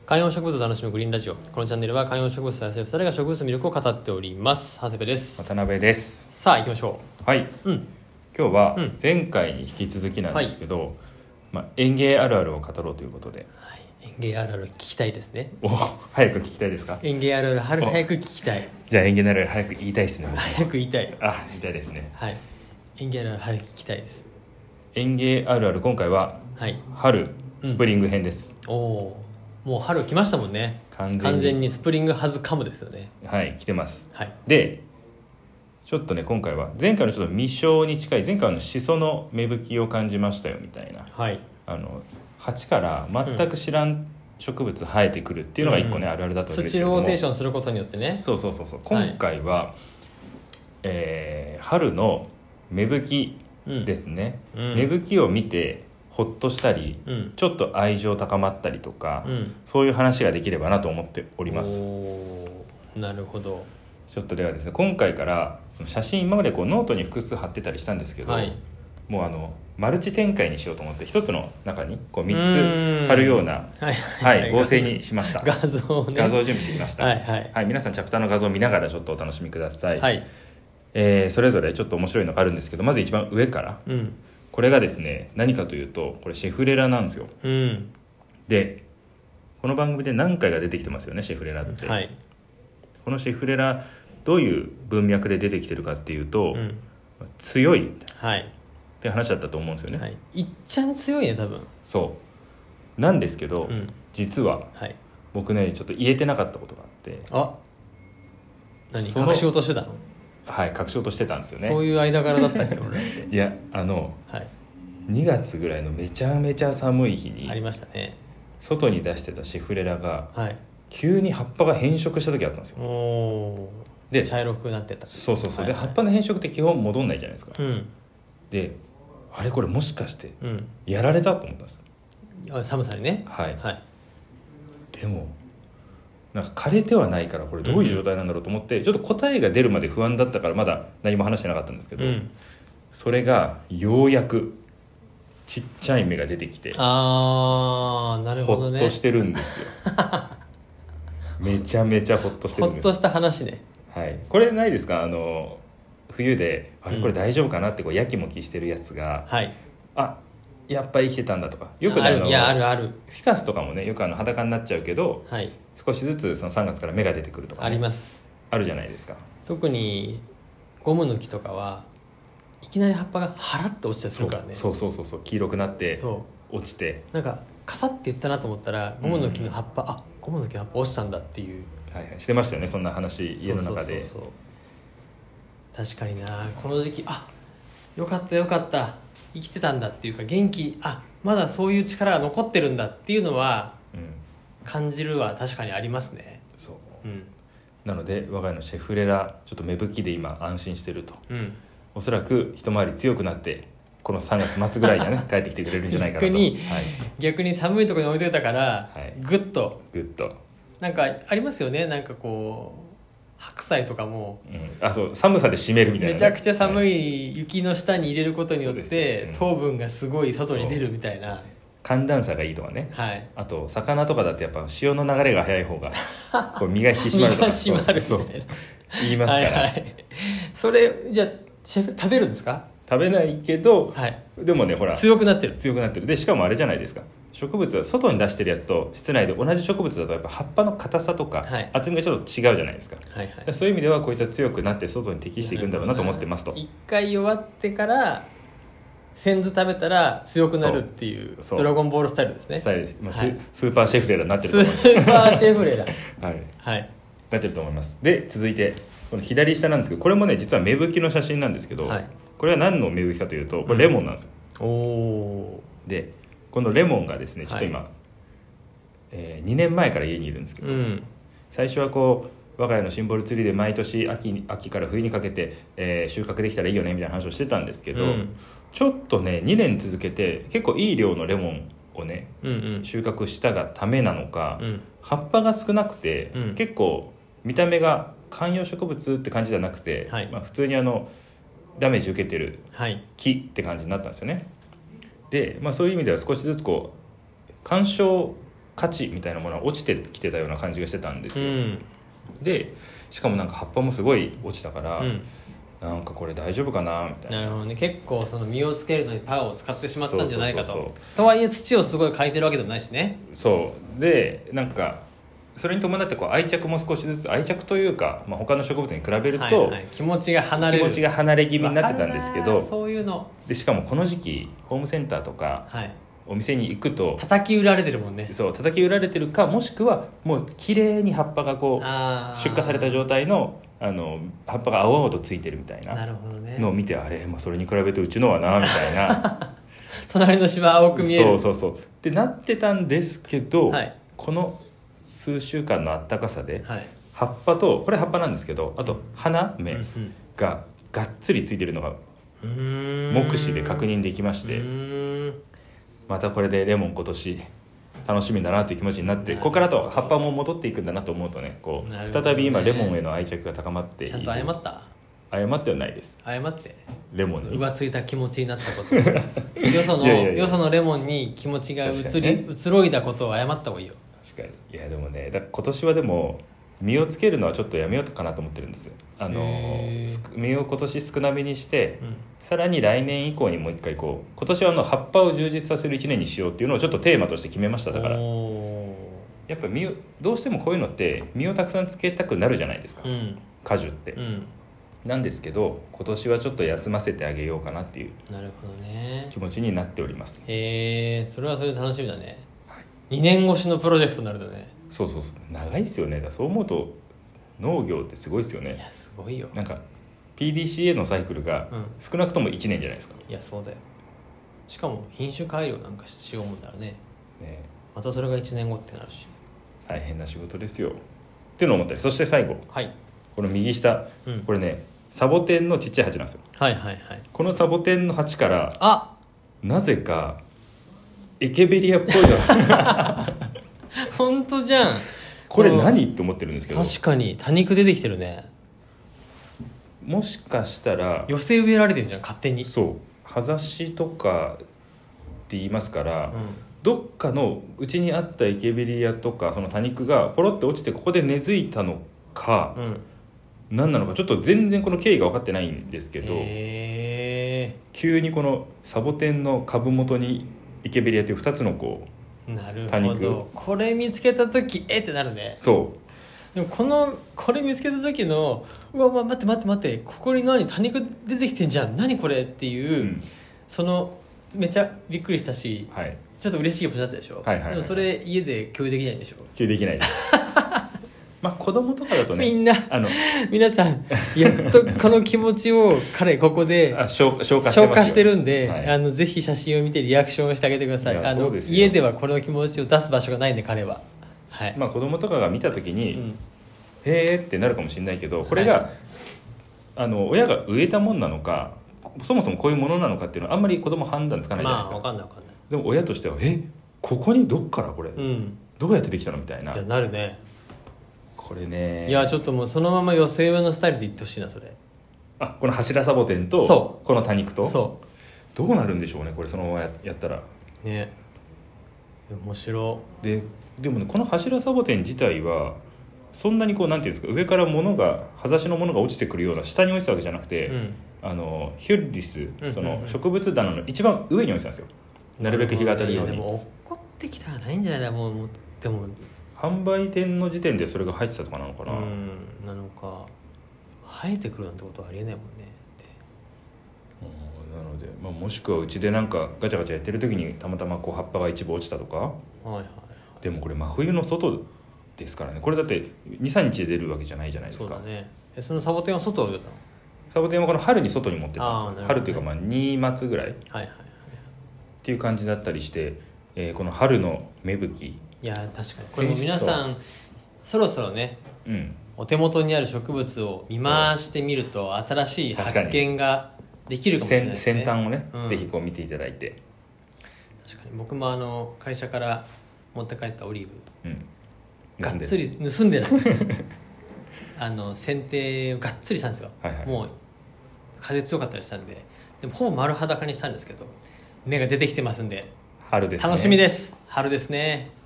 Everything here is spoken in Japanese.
観葉植物を楽しむグリーンラジオ。このチャンネルは観葉植物と野生2人が植物の魅力を語っております。長谷部です。 渡辺です。 さあ行きましょはい、 う。うん。 今日は前回に引き続きなんですけど、園芸あるあるを語ろうということで、 はい、園芸あるある聞きたいですね。 早く聞きたいですか？ 園芸あるある早く聞きたい。 じゃあ園芸あるある早く言いたいですね。 早く言いたい。 言いたいですね。 はい。園芸あるある早く聞きたいです。 園芸あるある、今回は春、スプリング編です。 おお、もう春来ましたもんね。完全にスプリングハズカムですよね。 はい、来てます。 はい。 でちょっとね、今回は前回のちょっと未生に近い、前回のシソの芽吹きを感じましたよみたいな、 はい、 鉢から全く知らん植物生えてくるっていうのが一個ね、あるあるだと思うんですけども、 土ローテーションすることによってね。 そう今回は、春の芽吹きですね、芽吹きを見てほっとしたり、ちょっと愛情高まったりとか、そういう話ができればなと思っております。 なるほど。 ちょっとではですね、今回からその写真、今までこうノートに複数貼ってたりしたんですけど、もうマルチ展開にしようと思って、一つの中にこう3つ貼るような合成にしました。 画像ね、 画像を準備してきました。皆さんチャプターの画像を見ながらちょっとお楽しみください。それぞれちょっと面白いのがあるんですけど、まず一番上から、これがですね、何かというと、これシェフレラなんですよ。でこの番組で何回か出てきてますよね、シェフレラって。このシェフレラどういう文脈で出てきてるかっていうと、強いって話だったと思うんですよね。 いっちゃん強いね、多分。 そうなんですけど、実は、僕ねちょっと言えてなかったことがあって。 何隠し事してたの？ 隠し事してたんですよね。 そういう間柄だったっけ俺っていや2月ぐらいのめちゃめちゃ寒い日にありましたね。 外に出してたシェフレラが、急に葉っぱが変色した時あったんですよ。で茶色くなってた。 そうで葉っぱの変色って基本戻んないじゃないですか。であれこれもしかしてやられたと思ったんですよ。寒さにね。 でもなんか枯れてはないから、これどういう状態なんだろうと思って、ちょっと答えが出るまで不安だったからまだ何も話してなかったんですけど、それがようやくちっちゃい芽が出てきて、 なるほどね、 ほっとしてるんですよめちゃめちゃほっとしてるんです。 ほっとした話ね。 これないですか？冬でこれ大丈夫かなってこうやきもきしてるやつが、やっぱり生きてたんだとか、よくあるある。 フィカスとかもね、よく裸になっちゃうけど、少しずつその3月から芽が出てくるとか、 あります。 あるじゃないですか。 特にゴムの木とかはいきなり葉っぱがハラッと落ちたりするからね。 そう黄色くなって落ちて、 なんかカサッて言ったなと思ったらゴムの木の葉っぱ、ゴムの木の葉っぱ落ちたんだっていう、 してましたよね、そんな話家の中で。 確かにな、この時期よかった生きてたんだっていうか、元気、まだそういう力が残ってるんだっていうのは、感じるは確かにありますね。 なので我が家のシェフレラちょっと芽吹きで今安心してると、おそらく一回り強くなってこの3月末ぐらいにはね帰ってきてくれるんじゃないかなと。 逆に寒いところに置いといたから、グッとなんかありますよね。なんかこう白菜とかも、 そう寒さで締めるみたいな、 めちゃくちゃ寒い雪の下に入れることによって、糖分がすごい外に出るみたいな。 寒暖差がいいとかね、あと魚とかだってやっぱ潮の流れが早い方がこう身が引き締まるとか身が締まるみたいな言いますから、 それじゃあシェフ食べるんですか？ 食べないけど、でもねほら強くなってる。でしかもあれじゃないですか、植物は外に出してるやつと室内で同じ植物だとやっぱ葉っぱの硬さとか厚みがちょっと違うじゃないですか。そういう意味ではこいつは強くなって外に適していくんだろうなと思ってますと。 一回弱ってから先頭食べたら強くなるっていうドラゴンボールスタイルですね。 スーパーシェフレラになってると思います。 スーパーシェフレラなってると思います。で続いてこの左下なんですけど、これもね実は芽吹きの写真なんですけど、これは何の芽吹きかというと、これレモンなんですよ。でこのレモンがですね、ちょっと今、2年前から家にいるんですけど、最初はこう我が家のシンボルツリーで毎年秋から冬にかけて、収穫できたらいいよねみたいな話をしてたんですけど、ちょっとね2年続けて結構いい量のレモンをね、収穫したがためなのか、葉っぱが少なくて、結構見た目が観葉植物って感じじゃなくて、普通にダメージ受けてる木って感じになったんですよね。で、そういう意味では少しずつこう鑑賞価値みたいなものは落ちてきてたような感じがしてたんですよ、でしかもなんか葉っぱもすごい落ちたから、なんかこれ大丈夫かなみたいな。 なるほどね。結構その実をつけるのにパワーを使ってしまったんじゃないかと。とはいえ土をすごいかいてるわけでもないしね。 そうでなんかそれに伴ってこう愛着も少しずつ愛着というか、他の植物に比べると、 気持ちが離れ気味になってたんですけど、 そういうのでしかもこの時期ホームセンターとか、お店に行くと叩き売られてるもんね。 そう叩き売られてるか、もしくはもう綺麗に葉っぱがこう出荷された状態の葉っぱが青々とついてるみたいなのを見て、あれ、それに比べてうちのはなみたいな隣の芝青く見える。 そうってなってたんですけど、この数週間の暖かさで、葉っぱとこれ葉っぱなんですけど、あと花芽ががっつりついてるのが目視で確認できまして、またこれでレモン今年楽しみだなという気持ちになって、ここからと葉っぱも戻っていくんだなと思うとね、こう再び今レモンへの愛着が高まっている。 ちゃんと謝った？ 謝ってはないです。 謝ってレモンに浮ついた気持ちになったことよそのレモンに気持ちが移ろいだことを謝った方がいいよ。 確かに。いやでもね、今年はでも実をつけるのはちょっとやめようかなと思ってるんです。実を今年少なめにして、さらに来年以降にもう一回こう今年は葉っぱを充実させる1年にしようっていうのをちょっとテーマとして決めました。だからやっぱどうしてもこういうのって実をたくさんつけたくなるじゃないですか、果樹って、なんですけど今年はちょっと休ませてあげようかなっていう気持ちになっております。 それはそれで楽しみだね、2年越しのプロジェクトになるんだね。 そう長いですよね。そう思うと農業ってすごいですよね。 いやすごいよ。 なんか PDCA のサイクルが少なくとも1年じゃないですか、 いやそうだよ。しかも品種改良なんかしようもんだらね、またそれが1年後ってなるし大変な仕事ですよっていうのを思ったり、そして最後、この右下、これねサボテンのちっちゃい鉢なんですよ。このサボテンの鉢からなぜかエケベリアっぽいの本当じゃん。 これ何って思ってるんですけど、 確かに多肉出てきてるね。 もしかしたら寄せ植えられてるじゃん勝手に。 そう葉ざしとかって言いますから、どっかのうちにあったエケベリアとかその多肉がポロって落ちてここで根付いたのか、何なのかちょっと全然この経緯が分かってないんですけど、急にこのサボテンの株元にエケベリアという2つのこう多肉、これ見つけた時ってなるね。でもこれ見つけた時のうわ待ってここに多肉出てきてんじゃん何これっていう、そのめっちゃびっくりしたし、ちょっと嬉しい気持ちだったでしょ。でもそれ家で共有できないんでしょ。 共有できないです子供とかだとね、 皆さんやっとこの気持ちを彼ここで消化してるんで、ぜひ写真を見てリアクションをしてあげてください。家ではこの気持ちを出す場所がないんで彼は、 子供とかが見た時に、へーってなるかもしれないけど、これが、親が植えたもんなのかそもそもこういうものなのかっていうのはあんまり子供判断つかないじゃないですか。 分かんないでも親としてはここにどっからこれ、どうやってできたのみたいな。 なるね。 これね、 いやちょっともうそのまま寄せ植えのスタイルでいってほしいな。それこの柱サボテンとこの多肉とどうなるんでしょうねこれ、そのままやったらね。面白でもね、この柱サボテン自体はそんなにこうなんていうんですか、上から葉ざしのものが落ちてくるような下に落ちたわけじゃなくて、ヒュッリス、その植物棚の一番上に置いてたんですよ。なるべく日が当たるように。 でも落っこってきたらないんじゃないだもう。でも販売店の時点でそれが入ってたとかなのかな。 なのか生えてくるなんてことはありえないもんねなので、もしくはうちでなんかガチャガチャやってる時にたまたまこう葉っぱが一部落ちたとか、でもこれ真冬の外ですからね。これだって 2,3 日で出るわけじじゃないですか。 そうだね。そのサボテンは外を出たの？ サボテンはこの春に外に持ってったんですよ。春というか2月ぐらいっていう感じだったりして、この春の芽吹き、 いや確かにこれも皆さんそろそろね、お手元にある植物を見回してみると新しい発見ができるかもしれないですね。 先端をね、ぜひこう見ていただいて。 確かに僕も会社から持って帰ったオリーブ、がっつり盗んでない剪定をがっつりしたんですよ、もう風強かったりしたんで、でもほぼ丸裸にしたんですけど、芽が出てきてますんで、 春ですね。 楽しみです。春ですね。